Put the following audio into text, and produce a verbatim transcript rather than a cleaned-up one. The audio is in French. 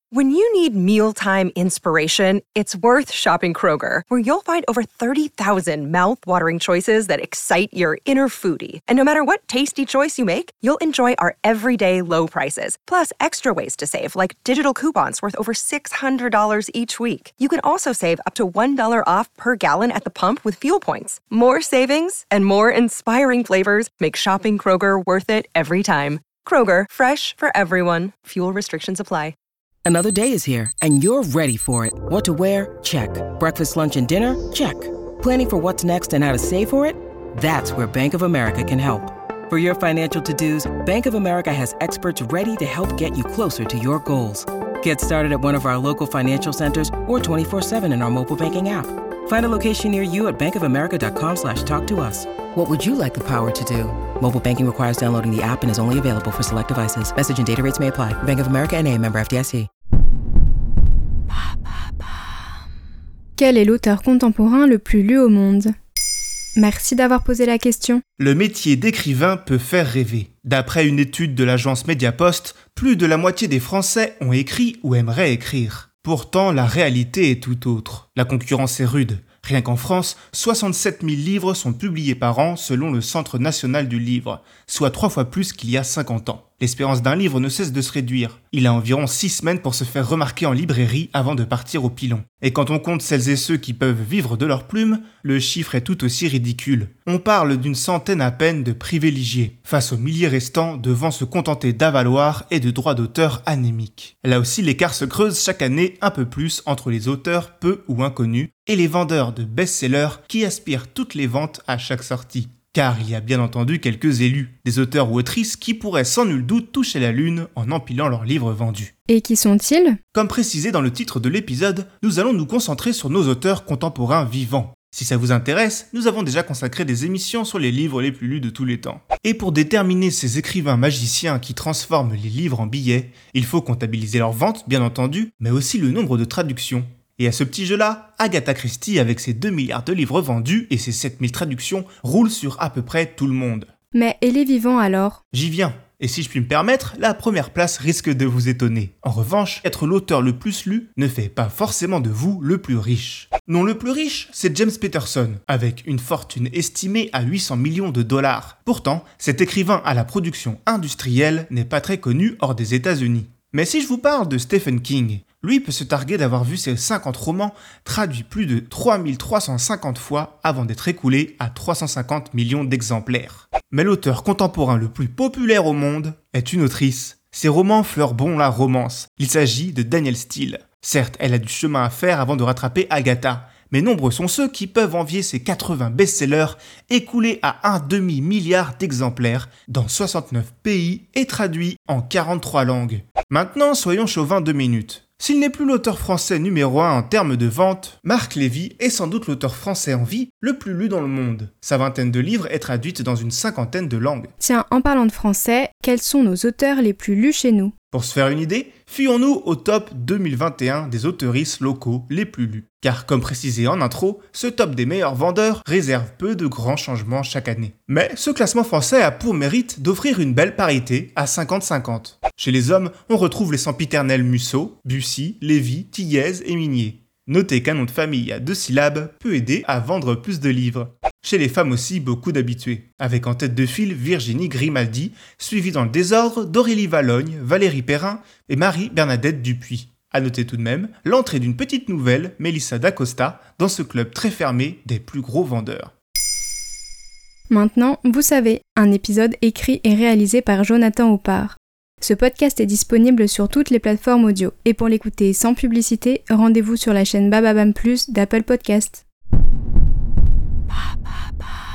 When you need mealtime inspiration, it's worth shopping Kroger, where you'll find over thirty thousand mouth-watering choices that excite your inner foodie. And no matter what tasty choice you make, you'll enjoy our everyday low prices, plus extra ways to save, like digital coupons worth over six hundred dollars each week. You can also save up to one dollar off per gallon at the pump with fuel points. More savings and more inspiring flavors make shopping Kroger worth it every time. Kroger, fresh for everyone. Fuel restrictions apply. Another day is here, and you're ready for it. What to wear? Check. Breakfast, lunch, and dinner? Check. Planning for what's next and how to save for it? That's where Bank of America can help. For your financial to-dos, Bank of America has experts ready to help get you closer to your goals. Get started at one of our local financial centers or twenty-four seven in our mobile banking app. Find a location near you at bankofamerica.com slash talk to us. What would you like the power to do? Mobile banking requires downloading the app and is only available for select devices. Message and data rates may apply. Bank of America N A, member F D I C. Quel est l'auteur contemporain le plus lu au monde ? Merci d'avoir posé la question. Le métier d'écrivain peut faire rêver. D'après une étude de l'agence Mediapost, plus de la moitié des Français ont écrit ou aimeraient écrire. Pourtant, la réalité est tout autre. La concurrence est rude. Rien qu'en France, soixante-sept mille livres sont publiés par an selon le Centre national du livre, soit trois fois plus qu'il y a cinquante ans. L'espérance d'un livre ne cesse de se réduire. Il a environ six semaines pour se faire remarquer en librairie avant de partir au pilon. Et quand on compte celles et ceux qui peuvent vivre de leur plume, le chiffre est tout aussi ridicule. On parle d'une centaine à peine de privilégiés, face aux milliers restants devant se contenter d'avaloirs et de droits d'auteur anémiques. Là aussi, l'écart se creuse chaque année un peu plus entre les auteurs peu ou inconnus et les vendeurs de best-sellers qui aspirent toutes les ventes à chaque sortie. Car il y a bien entendu quelques élus, des auteurs ou autrices qui pourraient sans nul doute toucher la lune en empilant leurs livres vendus. Et qui sont-ils ? Comme précisé dans le titre de l'épisode, nous allons nous concentrer sur nos auteurs contemporains vivants. Si ça vous intéresse, nous avons déjà consacré des émissions sur les livres les plus lus de tous les temps. Et pour déterminer ces écrivains magiciens qui transforment les livres en billets, il faut comptabiliser leurs ventes, bien entendu, mais aussi le nombre de traductions. Et à ce petit jeu-là, Agatha Christie, avec ses deux milliards de livres vendus et ses sept mille traductions, roule sur à peu près tout le monde. Mais et les vivants alors ? J'y viens. Et si je puis me permettre, la première place risque de vous étonner. En revanche, être l'auteur le plus lu ne fait pas forcément de vous le plus riche. Non, le plus riche, c'est James Patterson, avec une fortune estimée à huit cents millions de dollars. Pourtant, cet écrivain à la production industrielle n'est pas très connu hors des États-Unis. Mais si je vous parle de Stephen King, lui peut se targuer d'avoir vu ses cinquante romans traduits plus de trois mille trois cent cinquante fois avant d'être écoulés à trois cent cinquante millions d'exemplaires. Mais l'auteur contemporain le plus populaire au monde est une autrice. Ses romans fleurent bon la romance. Il s'agit de Danielle Steel. Certes, elle a du chemin à faire avant de rattraper Agatha, mais nombreux sont ceux qui peuvent envier ses quatre-vingts best-sellers écoulés à un demi-milliard d'exemplaires dans soixante-neuf pays et traduits en quarante-trois langues. Maintenant, soyons chauvins deux minutes. S'il n'est plus l'auteur français numéro un en termes de vente, Marc Lévy est sans doute l'auteur français en vie le plus lu dans le monde. Sa vingtaine de livres est traduite dans une cinquantaine de langues. Tiens, en parlant de français, quels sont nos auteurs les plus lus chez nous ? Pour se faire une idée, fuyons-nous au top deux mille vingt et un des auteuristes locaux les plus lus. Car comme précisé en intro, ce top des meilleurs vendeurs réserve peu de grands changements chaque année. Mais ce classement français a pour mérite d'offrir une belle parité à cinquante cinquante. Chez les hommes, on retrouve les sempiternels Musso, Bussy, Lévy, Thiez et Minier. Notez qu'un nom de famille à deux syllabes peut aider à vendre plus de livres. Chez les femmes aussi, beaucoup d'habitués. Avec en tête de file Virginie Grimaldi, suivie dans le désordre d'Aurélie Vallogne, Valérie Perrin et Marie-Bernadette Dupuis. À noter tout de même l'entrée d'une petite nouvelle, Mélissa D'Acosta, dans ce club très fermé des plus gros vendeurs. Maintenant, vous savez, un épisode écrit et réalisé par Jonathan Oppard. Ce podcast est disponible sur toutes les plateformes audio. Et pour l'écouter sans publicité, rendez-vous sur la chaîne Bababam Plus d'Apple Podcasts. Ba, ba, ba.